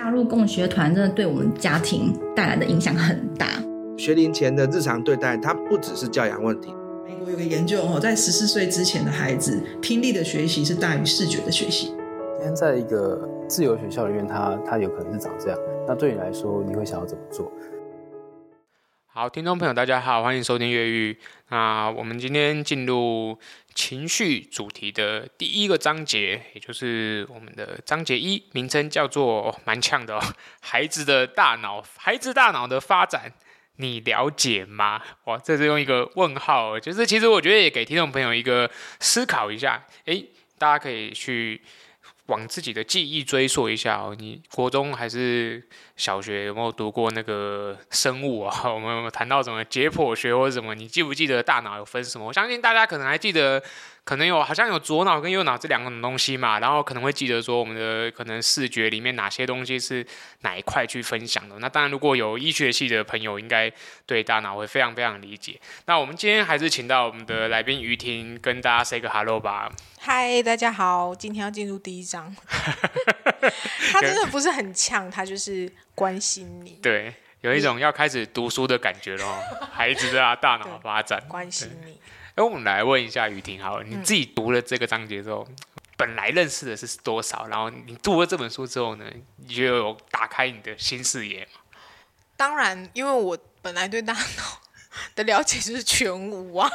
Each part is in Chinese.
加入共学团真的对我们家庭带来的影响很大。 学龄前的日常对待，它不只是教养问题。 美国有个研究，在14岁之前的孩子，听力的学习是大于视觉的学习。 今天在一个自由学校里面，它有可能是长这样，那对你来说，你会想要怎么做？ 好，听众朋友大家好，欢迎收听越狱。那我们今天进入情绪主题的第一个章节，也就是我们的章节1，名称叫做蛮呛的孩子大脑的发展，你了解吗？哇，这是用一个问号，就是其实我觉得也给听众朋友一个思考一下，大家可以去往自己的记忆追溯一下哦，你国中还是小学有没有读过那个生物啊？我们有没有谈到什么解剖学或者什么？你记不记得大脑有分什么？我相信大家可能还记得，可能好像有左脑跟右脑这两种东西嘛，然后可能会记得说我们的可能视觉里面哪些东西是哪一块去分享的。那当然，如果有医学系的朋友，应该对大脑会非常非常理解。那我们今天还是请到我们的来宾于婷跟大家 say 个 hello 吧。 嗨，大家好，今天要进入第一章。他真的不是很呛，他就是关心你。 对，有一种要开始读书的感觉咯，孩子的大脑发展， 关心你。 我们来问一下于婷好了，你自己读了这个章节之后，本来认识的是多少？然后你读了这本书之后呢，你就有打开你的新视野吗？ 当然，因为我本来对大脑的了解就是全无啊。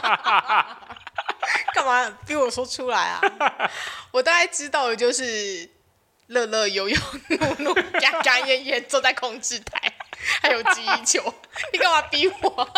干嘛逼我说出来啊？我大概知道的就是乐乐、悠悠、怒怒、干干燕燕坐在控制台，还有记忆球。你干嘛逼我？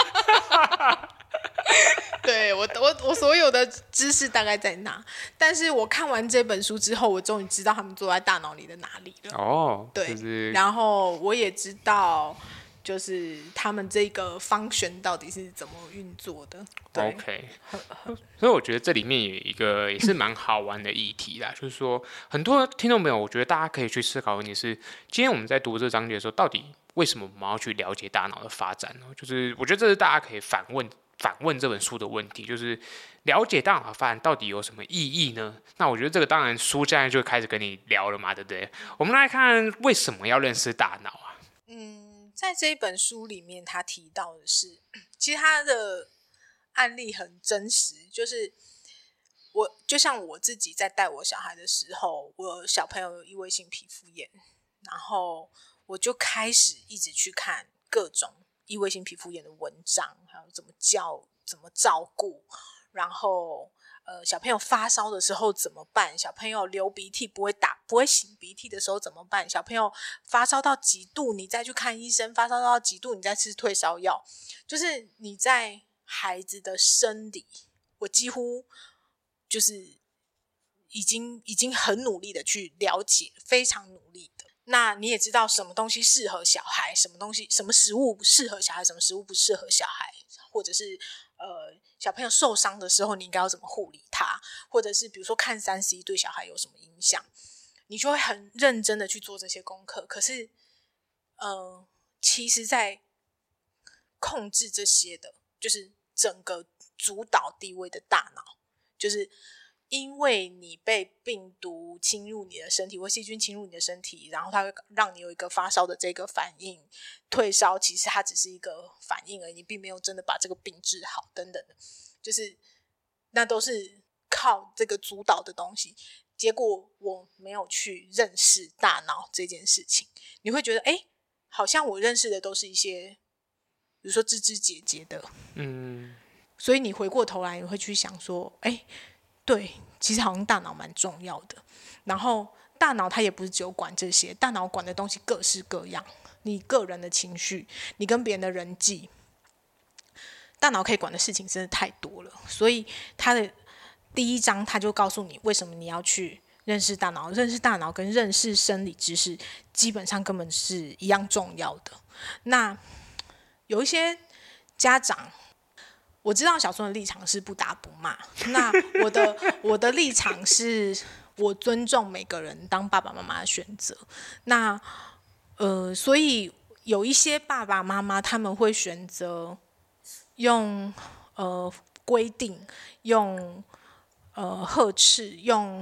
对，我所有的知识大概在那，但是我看完这本书之后，我终于知道他们坐在大脑里的哪里了。 哦， 对， 就是、 然后我也知道。就是他们这个function到底是怎么运作的。对 OK， 所以我觉得这里面有一个也是蛮好玩的议题啦，就是说很多听众朋友，我觉得大家可以去思考的问题是，今天我们在读这个章节的时候，到底为什么我们要去了解大脑的发展呢？就是我觉得这是大家可以反问这本书的问题，就是了解大脑的发展到底有什么意义呢？那我觉得这个当然书现在就开始跟你聊了嘛，对不对？我们来看为什么要认识大脑啊？ 在这一本书里面，他提到的是，其实他的案例很真实，就是就像我自己在带我小孩的时候，我小朋友有异位性皮肤炎，然后我就开始一直去看各种异位性皮肤炎的文章，还有怎么照顾，然后小朋友发烧的时候怎么办？小朋友流鼻涕不会擤鼻涕的时候怎么办？小朋友发烧到几度你再去看医生，发烧到几度你再吃退烧药。就是你在孩子的生理，我几乎就是已经很努力的去了解，非常努力的。那你也知道什么东西适合小孩，什么食物适合小孩，什么食物不适合小孩，或者是小朋友受伤的时候你应该要怎么护理他，或者是比如说看3C 对小孩有什么影响，你就会很认真的去做这些功课。可是其实在控制这些的就是整个主导地位的大脑，就是因为你被病毒侵入你的身体或细菌侵入你的身体，然后它会让你有一个发烧的这个反应，退烧其实它只是一个反应而已，你并没有真的把这个病治好等等的，就是那都是靠这个主导的东西。结果我没有去认识大脑这件事情，你会觉得好像我认识的都是一些比如说枝枝节节的，所以你回过头来你会去想说对，其实好像大脑蛮重要的。然后大脑它也不是只有管这些，大脑管的东西各式各样，你个人的情绪，你跟别人的人际，大脑可以管的事情真的太多了。所以它的第一章他就告诉你为什么你要去认识大脑，认识大脑跟认识生理知识基本上根本是一样重要的。那有一些家长，我知道小孙的立场是不打不骂，那我的立场是我尊重每个人当爸爸妈妈的选择。那所以有一些爸爸妈妈他们会选择用规定，用呵斥，用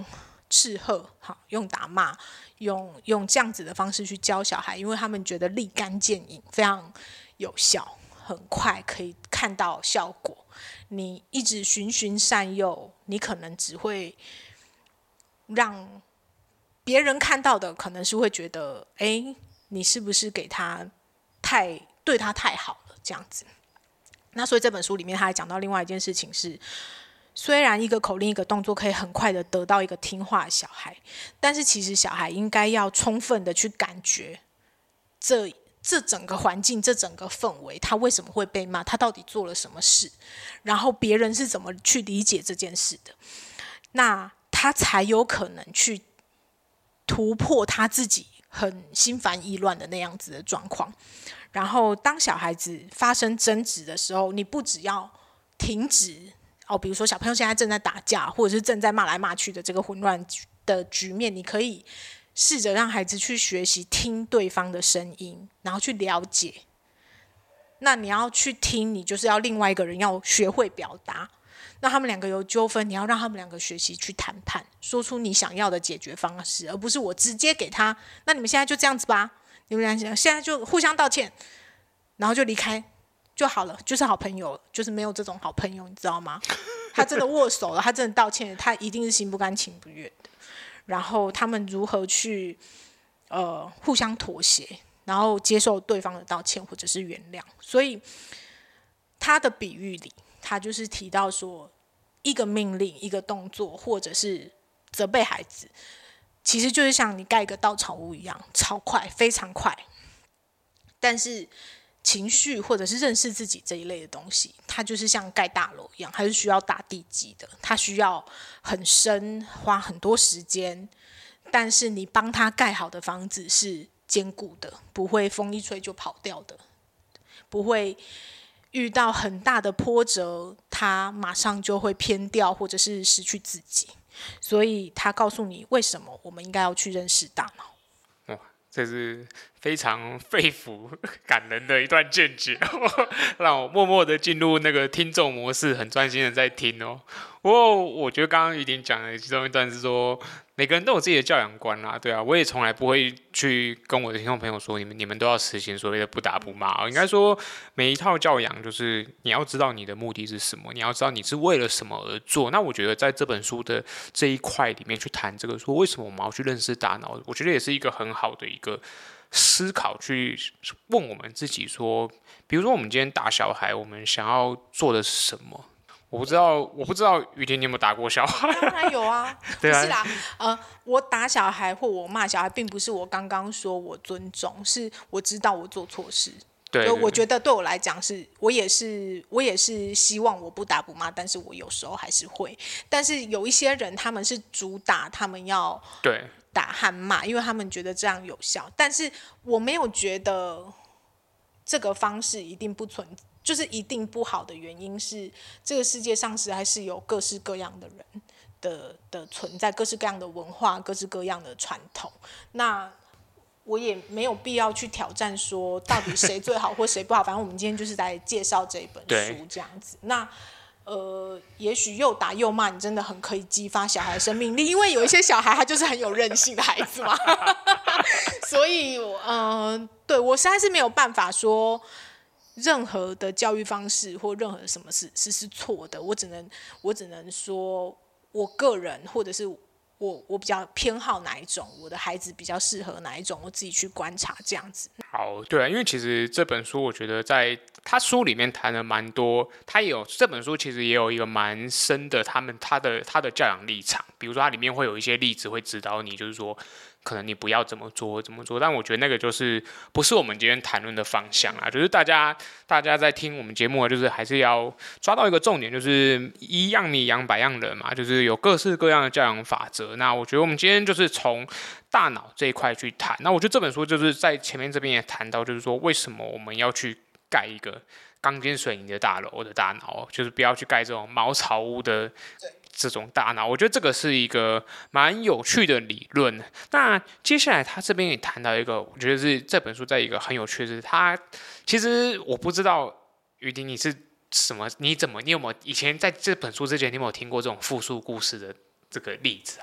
斥喝，好，用打骂，用这样子的方式去教小孩，因为他们觉得立竿见影，非常有效，很快可以看到效果。你一直循循善诱，你可能只会让别人看到的，可能是会觉得，你是不是给他对他太好了这样子。那所以这本书里面他还讲到另外一件事情是，虽然一个口令一个动作可以很快的得到一个听话的小孩，但是其实小孩应该要充分的去感觉这整个环境，这整个氛围，他为什么会被骂，他到底做了什么事，然后别人是怎么去理解这件事的，那他才有可能去突破他自己很心烦意乱的那样子的状况。然后当小孩子发生争执的时候，你不只要停止比如说小朋友现在正在打架，或者是正在骂来骂去的这个混乱的局面，你可以试着让孩子去学习听对方的声音，然后去了解。那你要去听，你就是要另外一个人要学会表达。那他们两个有纠纷，你要让他们两个学习去谈判，说出你想要的解决方式，而不是我直接给他，那你们现在就这样子吧，你们俩现在就互相道歉，然后就离开就好了，就是好朋友了。就是没有这种好朋友，你知道吗？他真的握手了，他真的道歉了，他一定是心不甘情不愿的。然后他们如何去互相妥协，然后接受对方的道歉或者是原谅。所以他的比喻里，他就是提到说，一个命令、一个动作，或者是责备孩子，其实就是像你盖一个稻草屋一样，超快，非常快。但是情绪或者是认识自己这一类的东西，它就是像盖大楼一样，它是需要打地基的，它需要很深，花很多时间。但是你帮他盖好的房子是坚固的，不会风一吹就跑掉的，不会遇到很大的波折，他马上就会偏掉或者是失去自己。所以他告诉你为什么我们应该要去认识大脑。 这是非常肺腑感人的一段见解，让我默默的进入那个听众模式，很专心的在听哦。不过我觉得刚刚雨婷讲的其中一段是说，每个人都有自己的教养观啦，对啊，我也从来不会去跟我的听众朋友说，你们都要实行所谓的不打不骂。应该说，每一套教养就是你要知道你的目的是什么，你要知道你是为了什么而做。那我觉得在这本书的这一块里面去谈这个，说为什么我们要去认识大脑，我觉得也是一个很好的一个思考，去问我们自己说，比如说我们今天打小孩，我们想要做的是什么？我不知道雨婷你有没有打过小孩？ 当然有啊， 对啊， 不是啦，我打小孩或我骂小孩，并不是我刚刚说我尊重，是我知道我做错事。 对， 我觉得对我来讲是，我也是希望我不打不骂，但是我有时候还是会。但是有一些人他们是主打他们要打和骂，因为他们觉得这样有效。但是我没有觉得这个方式一定不存在。就是一定不好的原因是，这个世界上还是有各式各样的人的存在，各式各样的文化，各式各样的传统。那我也没有必要去挑战说到底谁最好或谁不好，反正我们今天就是来介绍这一本书这样子。那也许又打又骂，你真的很可以激发小孩的生命力，因为有一些小孩他就是很有韧性的孩子嘛。所以对，我实在是没有办法说任何的教育方式或任何什么事是错的，我只能说我个人或者是我比较偏好哪一种，我的孩子比较适合哪一种，我自己去观察这样子。 好，对啊，因为其实这本书我觉得在他书里面谈了蛮多，他也有这本书其实也有一个蛮深的他的教养立场，比如说它里面会有一些例子会指导你，就是说可能你不要怎么做，但我觉得那个就是不是我们今天谈论的方向啊。就是大家在听我们节目，就是还是要抓到一个重点，就是一样米养百样人嘛，就是有各式各样的教养法则。那我觉得我们今天就是从大脑这一块去谈。那我觉得这本书就是在前面这边也谈到，就是说为什么我们要去盖一个钢筋水泥的大楼的大脑，就是不要去盖这种茅草屋的这种大脑。我觉得这个是一个蛮有趣的理论。那接下来他这边也谈到一个，我觉得是这本书在一个很有趣的是，他其实我不知道雨婷你是什么，你有没有以前在这本书之前，你有没有听过这种复述故事的这个例子啊？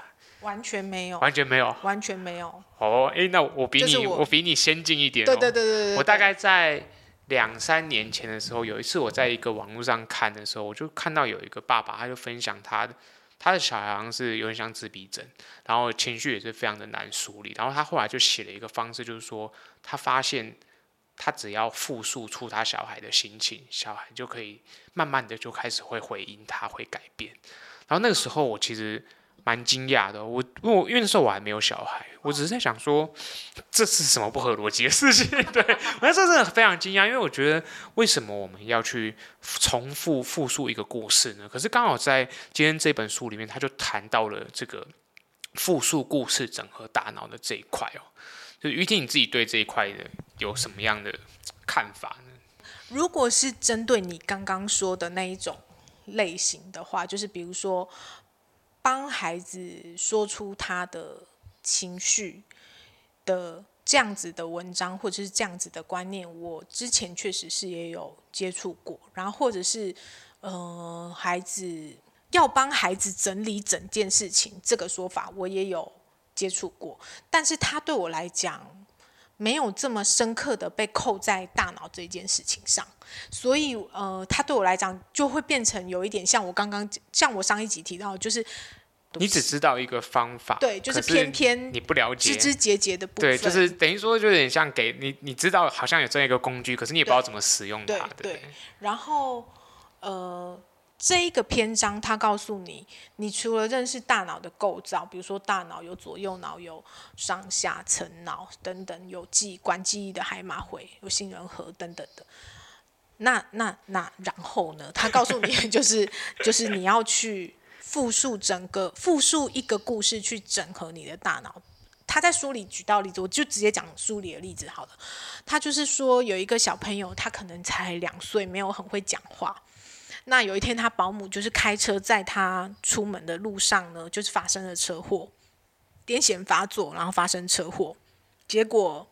完全没有， 完全没有， 完全没有。 哦，那我比你， 就是我比你先进一点、哦。 对对对对对， 我大概在2-3年前的时候，有一次我在一个网络上看的时候，我就看到有一个爸爸，他就分享他的小孩好像是有点像自闭症，然后情绪也是非常的难梳理，然后他后来就写了一个方式，就是说他发现他只要复述出他小孩的心情，小孩就可以慢慢的就开始会回应他，会改变。然后那个时候我其实蛮惊讶的，因为那时候我还没有小孩，我只是在想说这是什么不合逻辑的事情。对，我那时候真的非常惊讶，因为我觉得为什么我们要去重复复述一个故事呢？可是刚好在今天这本书里面，他就谈到了这个复述故事整合大脑的这一块哦。就是于婷，你自己对这一块的有什么样的看法呢？ 如果是针对你刚刚说的那一种类型的话，就是比如说帮孩子说出他的情绪的这样子的文章，或者是这样子的观念，我之前确实是也有接触过。然后或者是孩子要帮孩子整理整件事情这个说法，我也有接触过，但是它对我来讲没有这么深刻的被扣在大脑这件事情上，所以它对我来讲就会变成有一点像我上一集提到的，就是你只知道一个方法， 对，就是偏偏你不了解枝枝节节的部分， 对，就是等于说就有点像给你知道好像有这样一个工具，可是你也不知道怎么使用它，对。 然后这一个篇章，它告诉你，你除了认识大脑的构造，比如说大脑有左右脑、有上下层脑等等，有管记忆的海马回、有杏仁核等等的。那然后呢？它告诉你就是你要去复述一个故事，去整合你的大脑。他在书里举到例子，我就直接讲书里的例子好了。他就是说，有一个小朋友，他可能才2岁，没有很会讲话。那有一天，他保姆就是开车载他出门的路上呢，就是发生了车祸，癫痫发作，然后发生车祸。结果，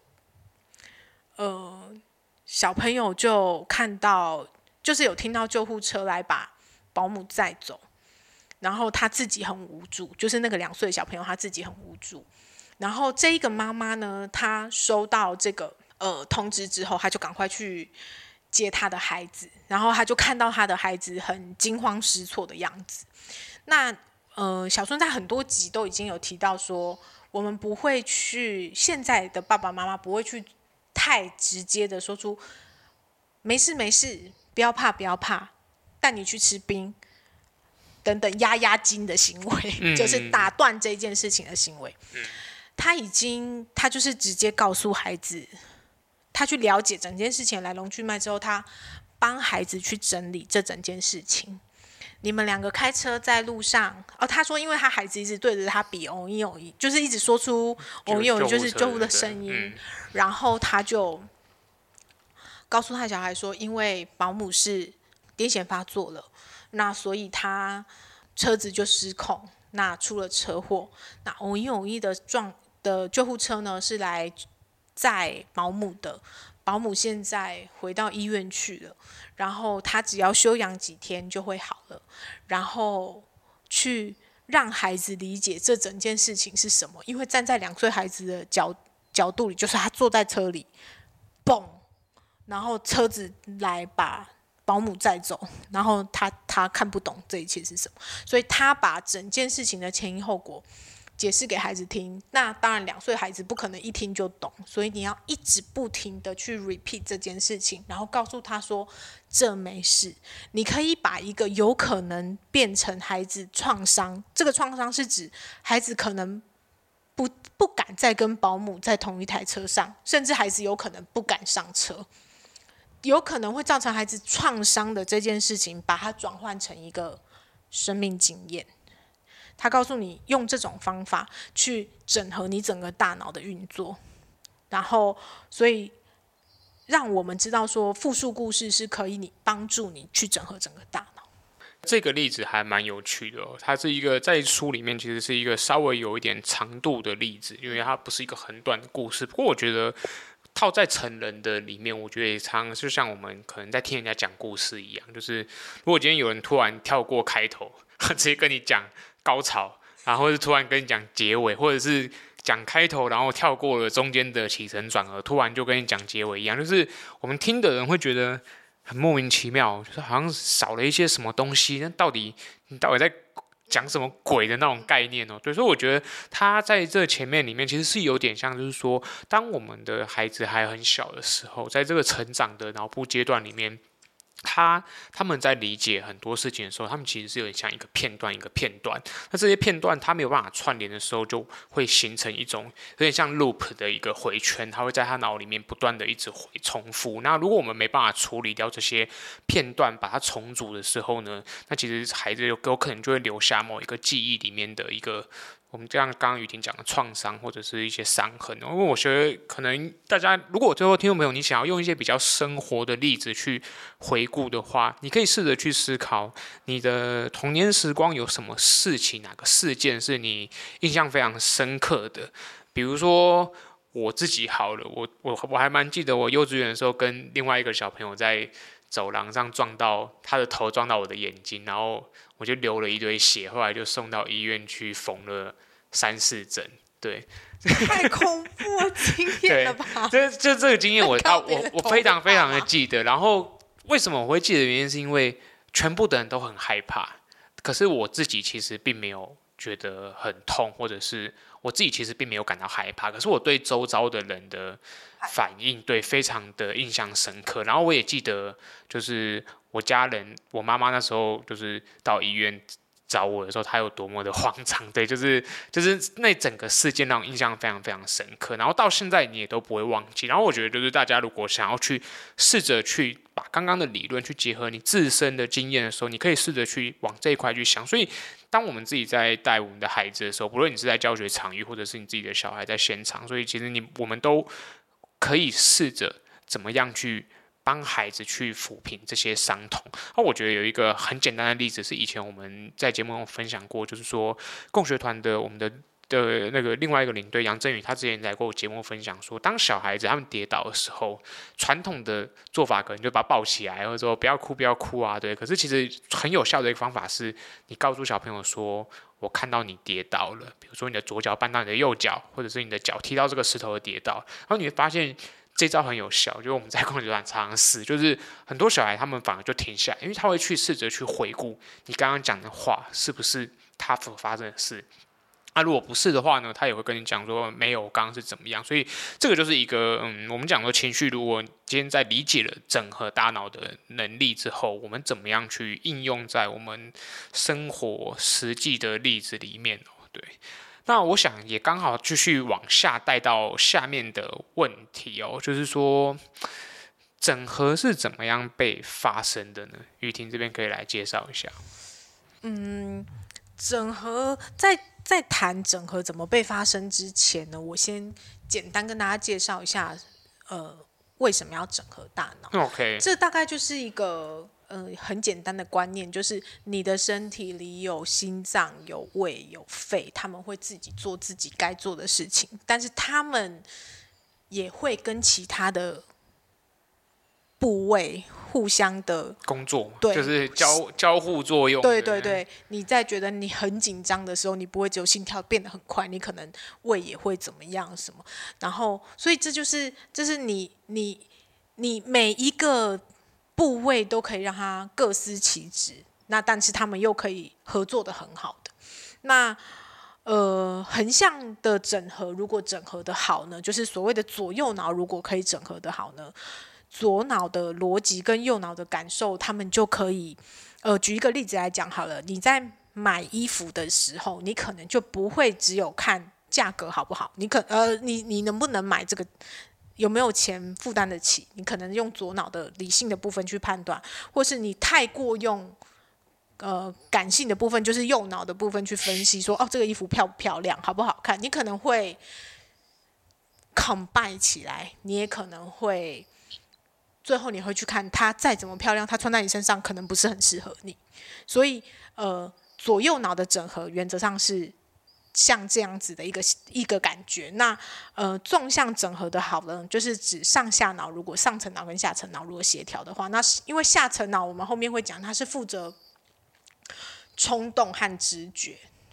小朋友就看到，就是有听到救护车来把保姆载走，然后他自己很无助，就是那个2岁的小朋友他自己很无助。然后这一个妈妈呢，她收到这个通知之后，她就赶快去接她的孩子，然后她就看到她的孩子很惊慌失措的样子。那小孙在很多集都已经有提到说，我们不会去，现在的爸爸妈妈不会去太直接的说出没事没事，不要怕不要怕，带你去吃冰等等压惊的行为，就是打断这件事情的行为。他就是直接告诉孩子，他去了解整件事情的来龙去脉之后，他帮孩子去整理这整件事情。你们2个开车在路上，他说因为他孩子一直对着他比哦一哦一，就是一直说出哦一哦一，就是救护的声音，然后他就告诉他小孩说，因为保姆是癫痫发作了，那所以他车子就失控，那出了车祸，那哦一哦一的救护车呢是来载保姆的，保姆现在回到医院去了，然后他只要休养几天就会好了，然后去让孩子理解这整件事情是什么，因为站在2岁孩子的角度里，就是他坐在车里，嘣，然后车子来把保姆载走，然后他看不懂这一切是什么，所以他把整件事情的前因后果解释给孩子听。那当然2岁孩子不可能一听就懂，所以你要一直不停的去 repeat 这件事情，然后告诉他说这没事。你可以把一个有可能变成孩子创伤，这个创伤是指孩子可能不敢再跟保姆在同一台车上，甚至孩子有可能不敢上车，有可能会造成孩子创伤的这件事情，把它转换成一个生命经验。他告诉你用这种方法去整合你整个大脑的运作，然后所以让我们知道说复述故事是可以帮助你去整合整个大脑。 这个例子还蛮有趣的哦，它是一个在书里面其实是一个稍微有一点长度的例子，因为它不是一个很短的故事。不过我觉得套在成人的里面，我觉得也常就像我们可能在听人家讲故事一样，就是如果今天有人突然跳过开头，直接跟你讲高潮， 然后是突然跟你讲结尾，或者是讲开头，然后跳过了中间的起承转合，突然就跟你讲结尾一样，就是我们听的人会觉得很莫名其妙，就是好像少了一些什么东西，那你到底在讲什么鬼的那种概念哦？对，所以我觉得他在这前面里面其实是有点像，就是说，当我们的孩子还很小的时候，在这个成长的脑部阶段里面。他们在理解很多事情的时候，他们其实是有点像一个片段一个片段。那这些片段他没有办法串联的时候，就会形成一种有点像 loop 的一个回圈，它会在他脑里面不断的一直重复。那如果我们没办法处理掉这些片段，把它重组的时候呢，那其实孩子有可能就会留下某一个记忆里面的一个。我们这样刚刚雨婷讲的创伤或者是一些伤痕，因为我觉得可能大家如果最后听众朋友你想要用一些比较生活的例子去回顾的话，你可以试着去思考你的童年时光有什么事情，哪个事件是你印象非常深刻的。比如说我自己好了，我还蛮记得我幼稚园的时候跟另外一个小朋友在走廊上他的头撞到我的眼睛，然后我就流了一堆血，后来就送到医院去缝了3-4针。对， 太恐怖经验了吧？ 这个经验我非常非常的记得。然后为什么我会记得的原因，是因为全部的人都很害怕，可是我自己其实并没有觉得很痛，或者是我自己其实并没有感到害怕，可是我对周遭的人的反应对非常的印象深刻。然后我也记得，就是我家人，我妈妈那时候就是到医院找我的时候，她有多么的慌张，对，就是那整个事件让我印象非常非常深刻，然后到现在你也都不会忘记。然后我觉得就是大家如果想要去试着去把刚刚的理论去结合你自身的经验的时候，你可以试着去往这一块去想。所以当我们自己在带我们的孩子的时候，不论你是在教学场域，或者是你自己的小孩在现场，所以其实我们都可以试着怎么样去帮孩子去抚平这些伤痛。那我觉得有一个很简单的例子是以前我们在节目中分享过，就是说共学团的我们的那个另外一个领队杨振宇，他之前来过节目分享说，当小孩子他们跌倒的时候，传统的做法可能就把他抱起来，或者说不要哭不要哭啊，对。可是其实很有效的一个方法是，你告诉小朋友说，我看到你跌倒了，比如说你的左脚绊到你的右脚，或者是你的脚踢到这个石头而跌倒，然后你会发现这招很有效。就是我们在共学团常常试，就是很多小孩他们反而就停下来，因为他会去试着去回顾你刚刚讲的话是不是他所发生的事。如果不是的话呢，他也会跟你讲说没有，刚刚是怎么样。所以这个就是一个我们讲说情绪，如果今天在理解了整合大脑的能力之后，我们怎么样去应用在我们生活实际的例子里面对。那我想也刚好继续往下带到下面的问题就是说整合是怎么样被发生的呢？雨婷这边可以来介绍一下。 整合在谈整合怎么被发生之前呢，我先简单跟大家介绍一下，为什么要整合大脑。 OK， 这大概就是一个很简单的观念，就是你的身体里有心脏、有胃、有肺，他们会自己做自己该做的事情，但是他们也会跟其他的部位互相的工作， 对， 就是交互作用。 对对对，你在觉得你很紧张的时候，你不会只有心跳变得很快，你可能胃也会怎么样什么。然后，所以这是你每一个部位都可以让它各司其职，那但是他们又可以合作的很好的。那横向的整合，如果整合的好呢，就是所谓的左右脑，如果可以整合的好呢，左脑的逻辑跟右脑的感受，他们就可以，举一个例子来讲好了，你在买衣服的时候，你可能就不会只有看价格好不好，你能不能买这个，有没有钱负担得起，你可能用左脑的理性的部分去判断，或是你太过用感性的部分，就是右脑的部分去分析说，这个衣服漂不漂亮，好不好看，你可能会 combine 起来，你也可能会最后你会去看它再怎么漂亮，它穿在你身上可能不是很适合你。所以左右脑的整合原则上是像这样子的一个感觉。那纵向整合的好呢，就是指上下脑，如果上层脑跟下层脑如果协调的话，那因为下层脑我们后面会讲它是负责冲动和直觉，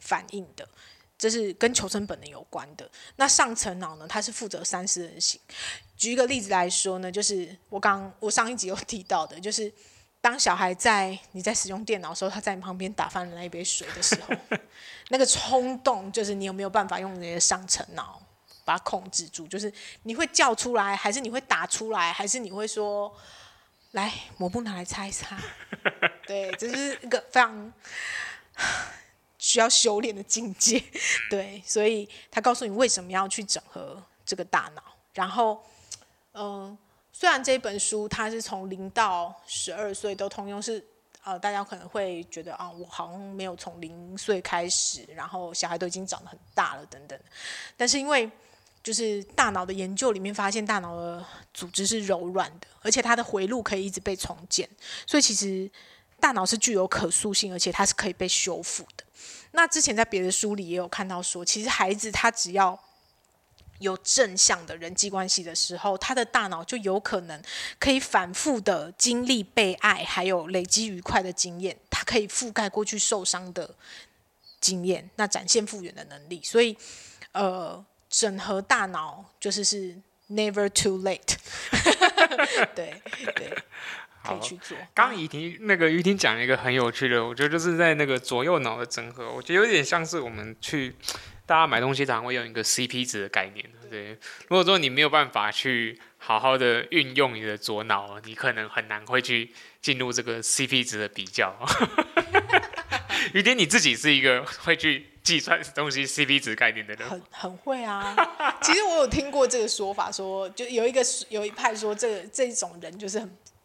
反应的，这是跟求生本能有关的。那上层脑呢，它是负责三思而行。举一个例子来说呢，就是我上一集有提到的，就是当小孩你在使用电脑的时候，他在你旁边打翻了那一杯水的时候，那个冲动就是你有没有办法用你的上层脑把它控制住？就是你会叫出来，还是你会打出来，还是你会说来抹布拿来擦一擦？对，这是一个非常需要修炼的境界。对，所以他告诉你为什么要去整合这个大脑。然后，虽然这本书它是从0到12岁都通用，是大家可能会觉得我好像没有从0岁开始，然后小孩都已经长得很大了等等。但是因为就是大脑的研究里面发现，大脑的组织是柔软的，而且它的回路可以一直被重建，所以其实大脑是具有可塑性，而且它是可以被修复的。那之前在别的书里也有看到说，其实孩子他只要有正向的人际关系的时候，他的大脑就有可能可以反复的经历被爱，还有累积愉快的经验，它可以覆盖过去受伤的经验，那展现复原的能力。所以整合大脑是 never too late 对，可以去做。 刚刚于婷讲了一个很有趣的，我觉得就是在那个左右脑的整合，我觉得有点像是我们去大家买东西常常会用一个 CP 值的概念。对，如果说你没有办法去好好的运用你的左脑，你可能很难会去进入这个 CP 值的比较。于婷你自己是一个会去计算东西 CP 值概念的人， 很会啊。其实我有听过这个说法，说就有一派说这种人就是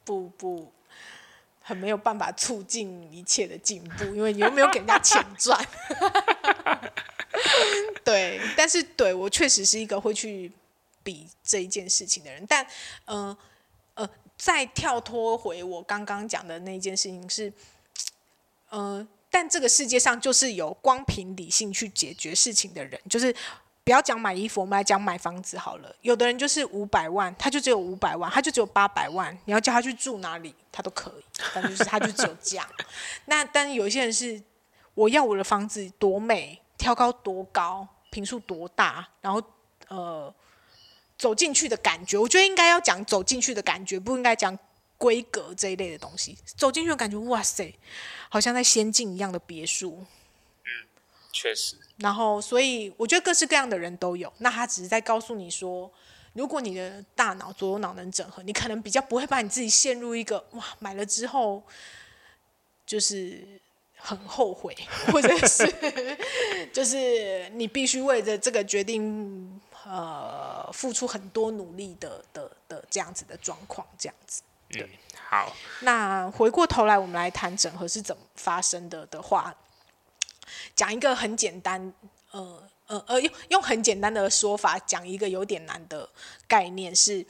很没有办法促进一切的进步，因为你又没有给人家钱赚。对，但是对我确实是一个会去比这一件事情的人，但再跳脱回我刚刚讲的那一件事情是，但这个世界上就是有光凭理性去解决事情的人，就是不要讲买衣服，我们来讲买房子好了。有的人就是500万，他就只有500万，他就只有800万，你要叫他去住哪里，他都可以，但就是他就只有这样。但有一些人是，我要我的房子多美，挑高多高，坪数多大，然后走进去的感觉，我觉得应该要讲走进去的感觉，不应该讲规格这一类的东西。走进去的感觉，哇塞，好像在仙境一样的别墅。 确实。 然后，所以我觉得各式各样的人都有。那他只是在告诉你说，如果你的大脑左右脑能整合，你可能比较不会把你自己陷入一个买了之后就是很后悔，或者是就是你必须为着这个决定付出很多努力的这样子的状况，这样子。对， 好。 那回过头来，我们来谈整合是怎么发生的话，讲一个很简单，用很简单的说法讲一个有点难的概念是，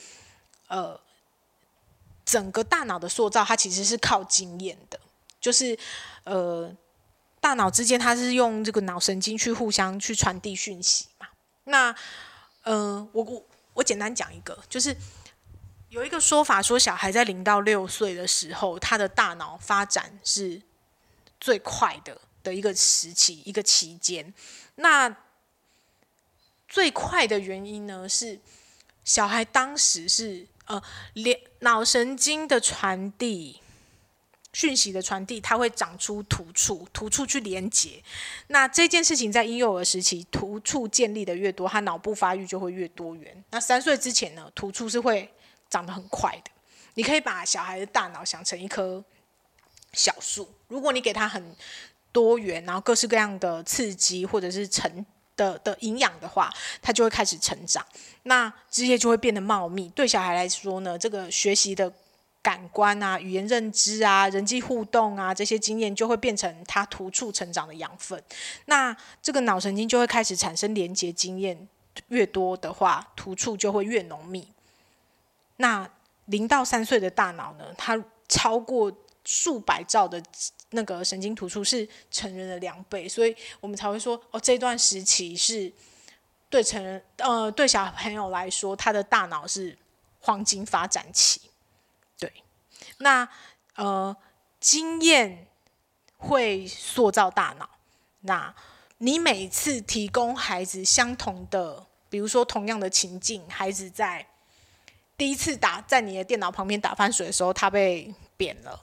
整个大脑的塑造它其实是靠经验的，就是大脑之间它是用这个脑神经去互相去传递讯息嘛。那我简单讲一个，就是有一个说法说，小孩在0到6岁的时候，他的大脑发展是最快的一个时期，一个期间。那最快的原因呢，是小孩当时是脑神经的传递、讯息的传递，它会长出突触去连接。那这件事情在婴幼儿时期，突触建立的越多，他脑部发育就会越多元。那3岁之前呢，突触是会长得很快的。你可以把小孩的大脑想成一棵小树，如果你给他很多元，然后各式各样的刺激或者是的营养的话，它就会开始成长，那枝叶就会变得茂密。对小孩来说呢，这个学习的感官啊、语言认知啊、人际互动啊，这些经验就会变成他突触成长的养分。那这个脑神经就会开始产生连结经验，越多的话，突触就会越浓密。那0到3岁的大脑呢，它超过数百兆的那个神经突触是成人的2倍，所以我们才会说这段时期是对成人对小朋友来说，他的大脑是黄金发展期。对，那经验会塑造大脑。那你每次提供孩子相同的，比如说同样的情境，孩子在第一次在你的电脑旁边打翻水的时候，他被扁了。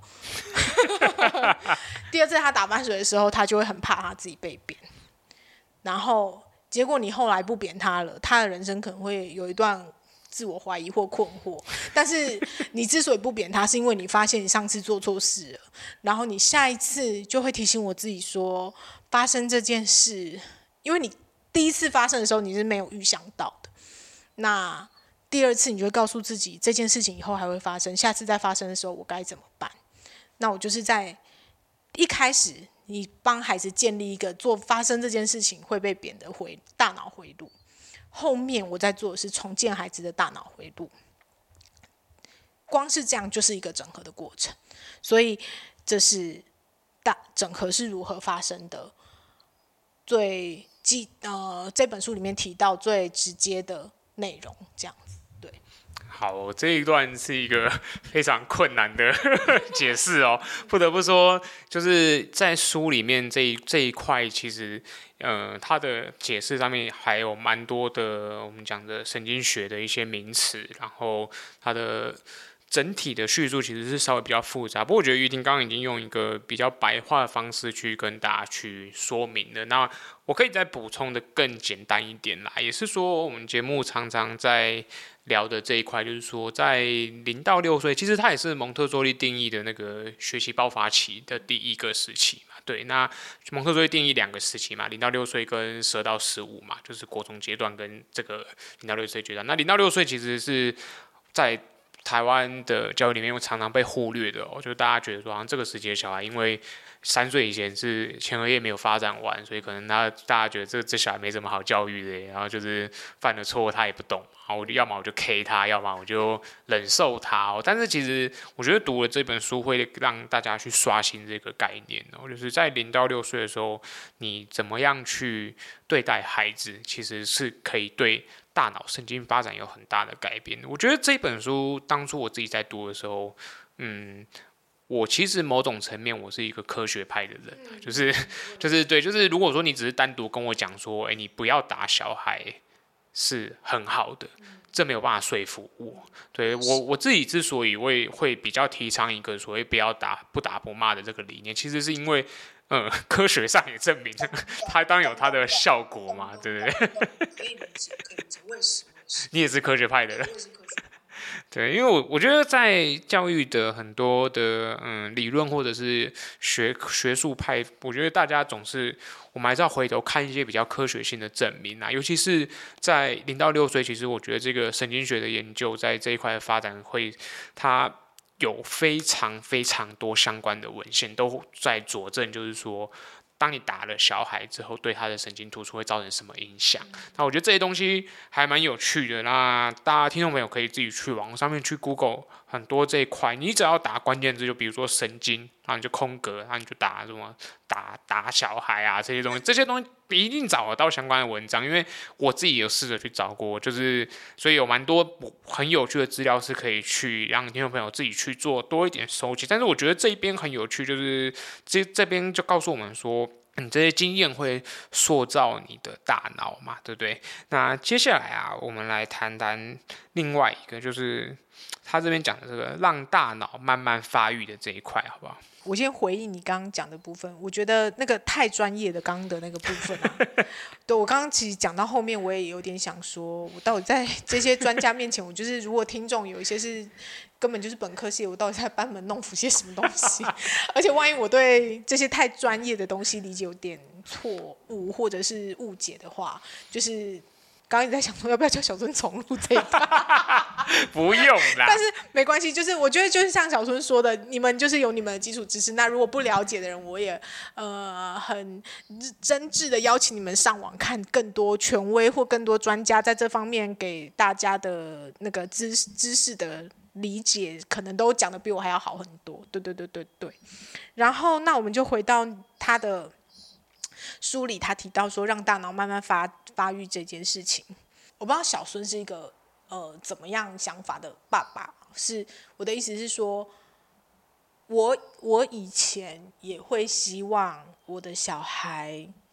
第二次他打翻水的时候，他就会很怕他自己被扁。然后结果你后来不扁他了，他的人生可能会有一段自我怀疑或困惑。但是你之所以不扁他，是因为你发现你上次做错事了，然后你下一次就会提醒我自己说，发生这件事，因为你第一次发生的时候你是没有预想到的，那第二次你就会告诉自己这件事情以后还会发生，下次再发生的时候我该怎么办。那我就是在一开始你帮孩子建立一个发生这件事情会被扁的大脑回路，后面我在做的是重建孩子的大脑回路。光是这样就是一个整合的过程，所以这是整合是如何发生的这本书里面提到最直接的内容，这样子。对， 好，这一段是一个非常困难的解释哦，不得不说，就是在书里面这一块，其实它的解释上面还有蛮多的我们讲的神经学的一些名词，然后它的整体的叙述其实是稍微比较复杂，不过我觉得玉婷刚刚已经用一个比较白话的方式去跟大家去说明了。那我可以再补充的更简单一点啦，也是说我们节目常常在聊的这一块，就是说在0到6岁，其实它也是蒙特梭利定义的那个学习爆发期的第一个时期嘛。对，那蒙特梭利定义2个时期嘛，0到6岁跟12到15嘛，就是国中阶段跟这个0到6岁阶段。那0到6岁其实是在台湾的教育里面常常被忽略的哦，就大家觉得说，好像这个时期的小孩，因为3岁以前是前额叶没有发展完，所以可能大家觉得这小孩没什么好教育的，然后就是犯了错他也不懂，然后要么我就 K 他，要么我就忍受他哦。但是其实我觉得读了这本书会让大家去刷新这个概念哦，就是在0到6岁的时候，你怎么样去对待孩子，其实是可以对大脑神经发展有很大的改变。我觉得这本书当初我自己在读的时候，我其实某种层面我是一个科学派的人，就是如果说你只是单独跟我讲说，你不要打小孩是很好的，这没有办法说服我。对，我自己之所以会比较提倡一个所谓不打不骂的这个理念，其实是因为科学上也证明它当然有它的效果嘛，对不对？ 可以理解，我也是。 你也是科学派的人。对，因为我觉得在教育的很多的理论或者是学术派，我觉得大家我们还是要回头看一些比较科学性的证明啊，尤其是在0到6岁，其实我觉得这个神经学的研究在这一块的发展它有非常非常多相关的文献都在佐证，就是说，当你打了小孩之后，对他的神经突触会造成什么影响？那我觉得这些东西还蛮有趣的。那大家听众朋友可以自己去网上面去 Google 很多这一块，你只要打关键字，就比如说神经，然后你就空格，然后你就打什么打小孩啊这些东西一定找得到相关的文章。因为我自己有试着去找过，所以有蛮多很有趣的资料是可以去让听众朋友自己去做多一点收集。但是我觉得这一边很有趣，就是这边就告诉我们说，这些经验会塑造你的大脑嘛，对不对？那接下来啊，我们来谈谈另外一个，就是他这边讲的这个让大脑慢慢发育的这一块，好不好？ 我先回应你刚刚讲的部分，我觉得那个太专业的刚刚的那个部分啊，对，我刚刚其实讲到后面，我也有点想说，我到底在这些专家面前，我就是如果听众有一些是根本就是本科系，我到底在班门弄斧些什么东西？而且万一我对这些太专业的东西理解有点错误或者是误解的话，就是刚刚你在想说要不要叫小春重录这一段？ 不用啦。 但是没关系，就是我觉得就是像小春说的，你们就是有你们的基础知识。那如果不了解的人，我也很真挚的邀请你们上网看更多权威或更多专家在这方面给大家的那个知识的理解，可能都讲的比我还要好很多。对。然后那我们就回到他的书里，他提到说让大脑慢慢发育这件事情。我不知道小孙是一个怎么样想法的爸爸，是我的意思是说，我以前也会希望我的小孩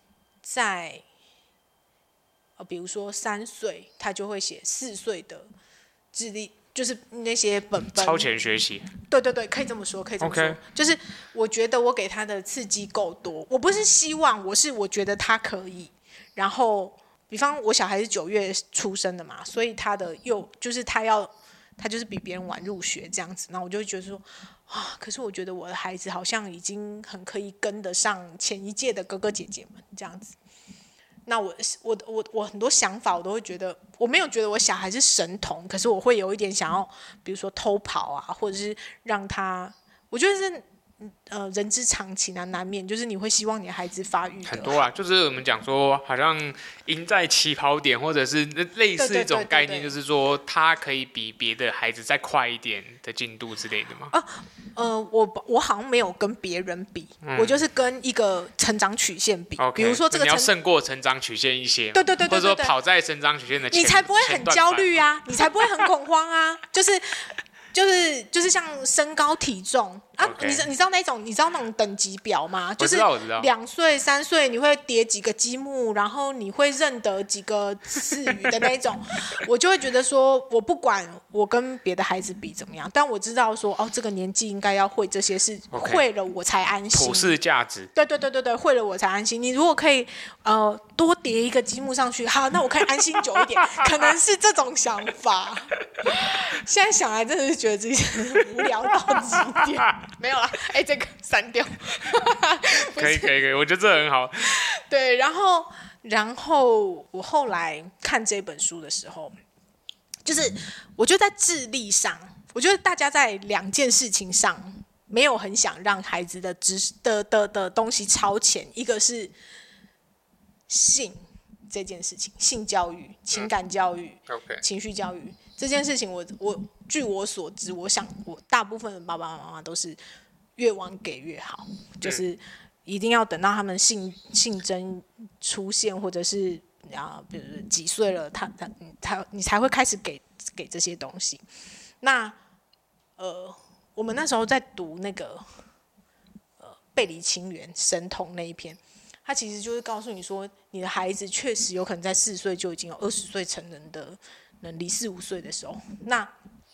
在比如说3岁，他就会写4岁的智力，就是那些本超前学习。 对对对，可以这么说，可以这么说。 Okay. 就是我觉得我给他的刺激够多，我不是希望，我觉得他可以。然后，比方我小孩是9月出生的嘛，所以他就是他就是比别人晚入学这样子，那我就会觉得说，可是我觉得我的孩子好像已经很可以跟得上前一届的哥哥姐姐们这样子。那我很多想法我都会觉得，我没有觉得我小孩是神童，可是我会有一点想要，比如说偷跑啊，或者是让他，我觉得是人之常情啊，难免就是你会希望你的孩子发育很多啊，就是我们讲说，好像赢在起跑点，或者是类似一种概念，就是说他可以比别的孩子再快一点的进度之类的嘛。 我好像没有跟别人比，我就是跟一个成长曲线比。 Okay, 比如说这个你要胜过成长曲线一些， 对，或者说跑在成长曲线的前， 你才不会很焦虑啊，你才不会很恐慌啊，就是像身高体重啊， Okay. 你知道那种等级表吗？就是我知道 2岁3岁你会叠几个积木，然后你会认得几个字语的那种，我就会觉得说，我不管我跟别的孩子比怎么样，但我知道说，这个年纪应该要会这些事， Okay. 会了我才安心。 普世价值。 对，会了我才安心。你如果可以多叠一个积木上去，好，那我可以安心久一点，可能是这种想法。现在想来真的是觉得自己无聊到极点。没有啦，这个删掉。 可以，我觉得这很好。 对，然后我后来看这本书的时候，就是我觉得在智力上，我觉得大家在2件事情上没有很想让孩子的知识的东西超前，一个是性这件事情，性教育、情感教育、情绪教育这件事情，我据我所知，我想我大部分的爸爸妈妈都是越晚给越好，就是一定要等到他们性征出现，或者是比如几岁了，你才会开始给这些东西。那我们那时候在读那个背离清源神童那一篇，他其实就是告诉你说，你的孩子确实有可能在4岁就已经有20岁成人的能力，4、5岁的时候，那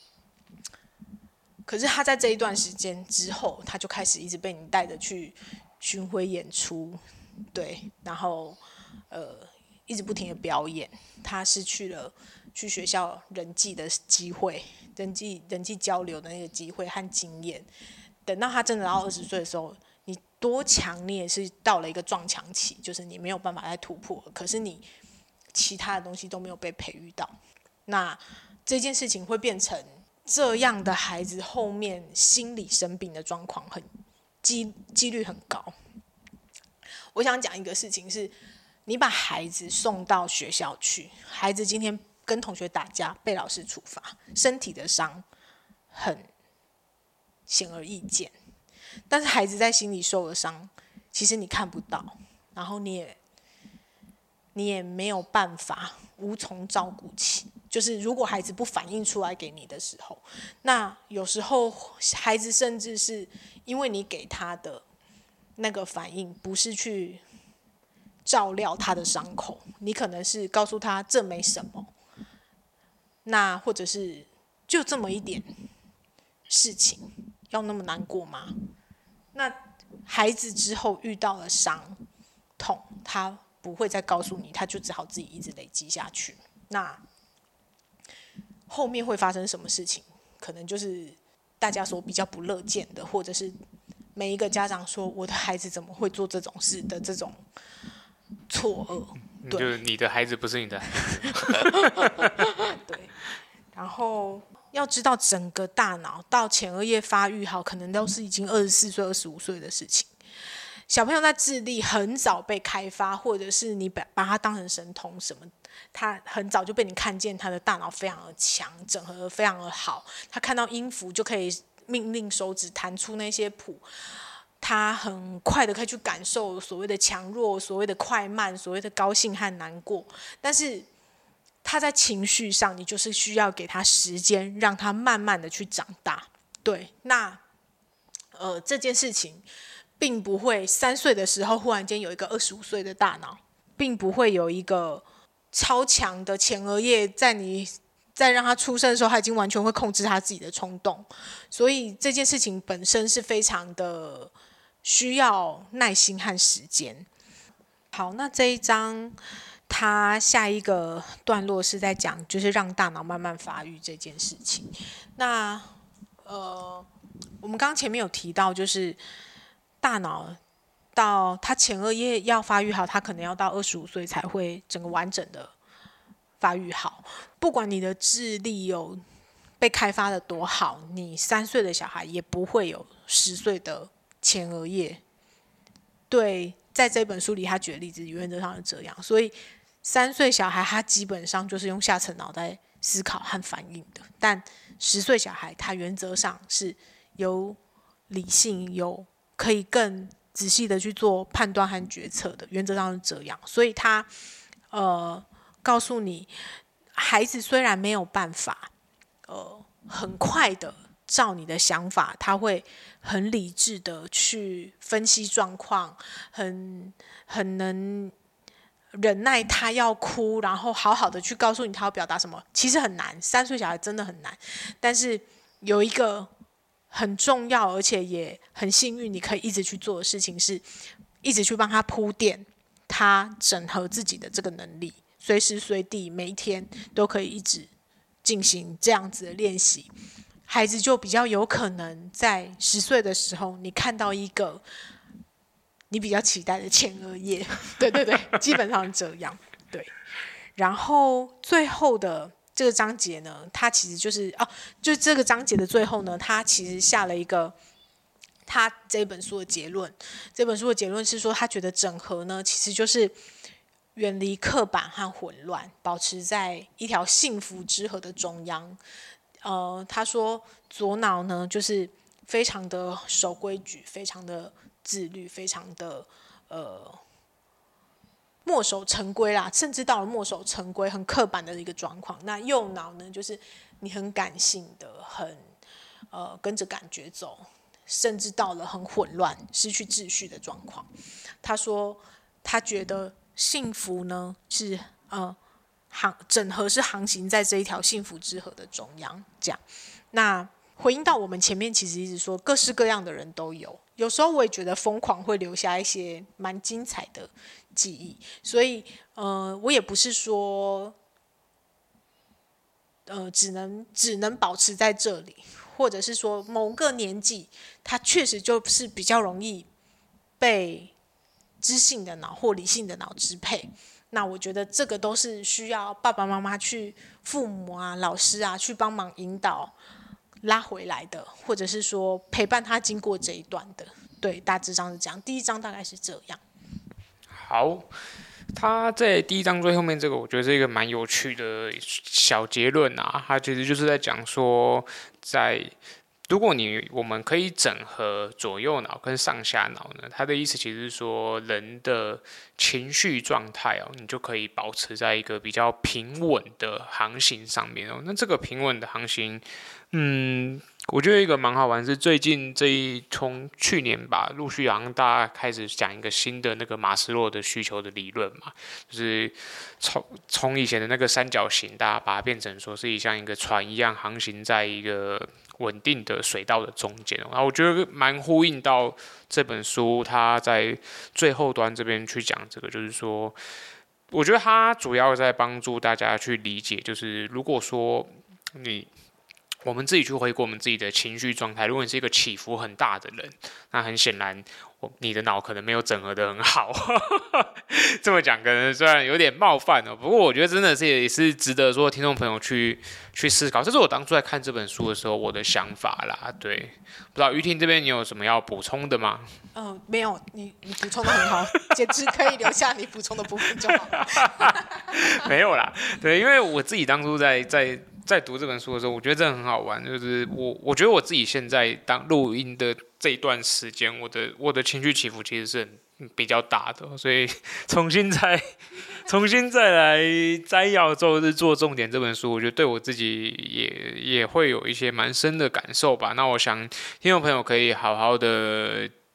可是他在这一段时间之后，他就开始一直被你带着去巡回演出，对，然后一直不停的表演，他失去了去学校人际的机会，人际交流的那个机会和经验。等到他真的到20岁的时候，你多强，你也是到了一个撞墙期，就是你没有办法再突破，可是你其他的东西都没有被培育到，那这件事情会变成这样的孩子后面心理生病的状况几率很高。我想讲一个事情是，你把孩子送到学校去，孩子今天跟同学打架被老师处罚，身体的伤很显而易见，但是孩子在心里受的伤其实你看不到，然后你也没有办法无从照顾起，就是如果孩子不反映出来给你的时候，那有时候孩子甚至是因为你给他的那个反应不是去照料他的伤口，你可能是告诉他这没什么，那或者是就这么一点事情要那么难过吗？那孩子之后遇到了伤痛，他不会再告诉你，他就只好自己一直累积下去。那后面会发生什么事情，可能就是大家所比较不乐见的，或者是每一个家长说我的孩子怎么会做这种事的这种错愕。对， 就是你的孩子不是你的孩子。 对，然后要知道整个大脑到前额叶发育好，可能都是已经24岁、25岁的事情。小朋友在智力很早被开发，或者是你把他当成神童什么，他很早就被你看见他的大脑非常的强，整合非常的好，他看到音符就可以命令手指弹出那些谱，他很快的可以去感受所谓的强弱，所谓的快慢，所谓的高兴和难过。但是他在情绪上，你就是需要给他时间，让他慢慢的去长大。对，那这件事情并不会3岁的时候忽然间有一个25岁的大脑， 并不会有一个超强的前额叶在让他出生的时候，他已经完全会控制他自己的冲动，所以这件事情本身是非常的需要耐心和时间。好，那这一章他下一个段落是在讲就是让大脑慢慢发育这件事情。那我们刚刚前面有提到，就是大脑到他前额叶要发育好，他可能要到25岁才会整个完整的发育好。不管你的智力有被开发的多好，你3岁的小孩也不会有10岁的前额叶。对，在这本书里他举的例子原则上是这样，所以3岁小孩他基本上就是用下层脑袋思考和反应的，但10岁小孩他原则上是有理性，有可以更仔细的去做判断和决策的，原则上是这样。所以他告诉你，孩子虽然没有办法很快的照你的想法，他会很理智的去分析状况，很能忍耐他要哭，然后好好的去告诉你他要表达什么，其实很难，3岁小孩真的很难。但是有一个很重要而且也很幸运你可以一直去做的事情，是一直去帮他铺垫他整合自己的这个能力，随时随地每一天都可以一直进行这样子的练习，孩子就比较有可能在10岁的时候你看到一个你比较期待的前额叶。对对对，基本上是这样。对，然后最后的这个章节呢，它其实就是就这个章节的最后呢，它其实下了一个他这本书的结论。这本书的结论是说，他觉得整合呢，其实就是远离刻板和混乱，保持在一条幸福之河的中央。他说左脑呢，就是非常的守规矩，非常的自律，非常的墨守成规啦，甚至到了墨守成规很刻板的一个状况。那右脑呢，就是你很感性的，很跟着感觉走，甚至到了很混乱失去秩序的状况。他说他觉得幸福呢是整合是航行在这一条幸福之河的中央，这样。那回应到我们前面其实一直说各式各样的人都有，有时候我也觉得疯狂会留下一些蛮精彩的记忆，所以我也不是说只能保持在这里，或者是说某个年纪他确实就是比较容易被知性的脑或理性的脑支配。那我觉得这个都是需要爸爸妈妈去父母啊老师啊去帮忙引导拉回来的，或者是说陪伴他经过这一段的。对，大致上是这样，第一章大概是这样。 好，他在第一章最后面这个我觉得是一个蛮有趣的小结论啊，他其实就是在讲说，如果我们可以整合左右脑跟上下脑呢，他的意思其实是说人的情绪状态你就可以保持在一个比较平稳的航行上面那这个平稳的航行我觉得一个蛮好玩是最近从去年吧，陆续好像大家开始讲一个新的那个马斯洛的需求的理论嘛，就是从以前的那个三角形，大家把它变成说是像一个船一样航行在一个稳定的水道的中间然后我觉得蛮呼应到这本书，它在最后端这边去讲这个，就是说，我觉得它主要在帮助大家去理解，就是如果说我们自己去回顾我们自己的情绪状态，如果你是一个起伏很大的人，那很显然你的脑可能没有整合得很好这么讲可能虽然有点冒犯不过我觉得真的是也是值得说听众朋友去思考，这是我当初在看这本书的时候我的想法啦。对，不知道于婷这边你有什么要补充的吗？ 没有，你补充的很好简直可以留下你补充的部分就好没有啦，对，因为我自己当初在读这本书的时候，我觉得真的很好玩。就是我觉得我自己现在当录音的这一段时间，我的情绪起伏其实是比较大的，所以重新再来摘要之后是做重点这本书，我觉得对我自己也会有一些蛮深的感受吧。那我想听众朋友可以好好的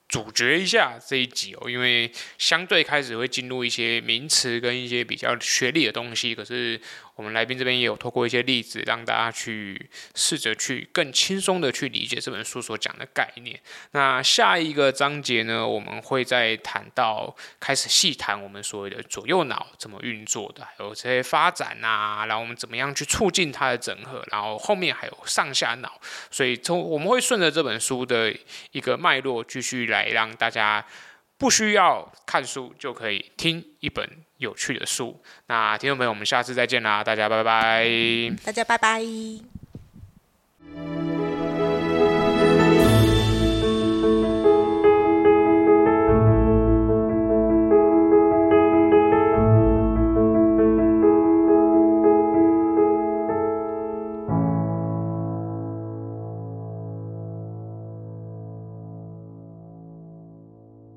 主角一下这一集哦，因为相对开始会进入一些名词跟一些比较学理的东西，可是我们来宾这边也有透过一些例子，让大家去试着去更轻松的去理解这本书所讲的概念。那下一个章节呢，我们会再谈到开始细谈我们所谓的左右脑怎么运作的，还有这些发展啊，然后我们怎么样去促进它的整合，然后后面还有上下脑，所以我们会顺着这本书的一个脉络继续来让大家不需要看书就可以听一本有趣的书。那听众朋友，我们下次再见啦，大家拜拜。 大家拜拜。